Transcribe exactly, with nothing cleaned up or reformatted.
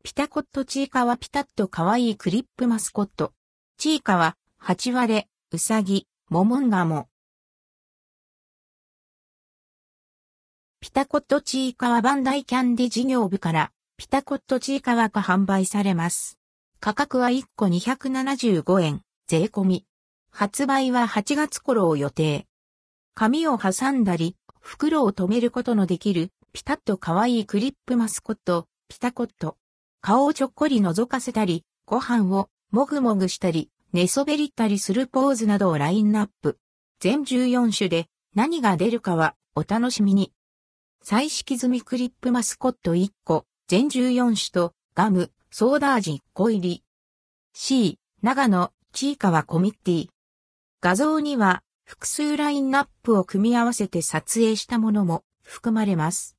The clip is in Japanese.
ピタコットチーカはピタッと可愛いクリップマスコット。チーカは、ハチワレ、ウサギ、モモンガモ。ピタコットチーカはバンダイキャンディ事業部から、ピタコットチーカはが販売されます。価格はいっこにひゃくななじゅうごえん、税込み。発売ははちがつ頃を予定。紙を挟んだり、袋を留めることのできる、ピタッと可愛いクリップマスコット、ピタコット。顔をちょっこり覗かせたり、ご飯をもぐもぐしたり、寝そべりったりするポーズなどをラインナップ。全じゅうよんしゅで何が出るかはお楽しみに。彩色済みクリップマスコットいっこ、全じゅうよんしゅとガム、ソーダ味いっこ入り。C、長野、チーカワコミッティ。画像には複数ラインナップを組み合わせて撮影したものも含まれます。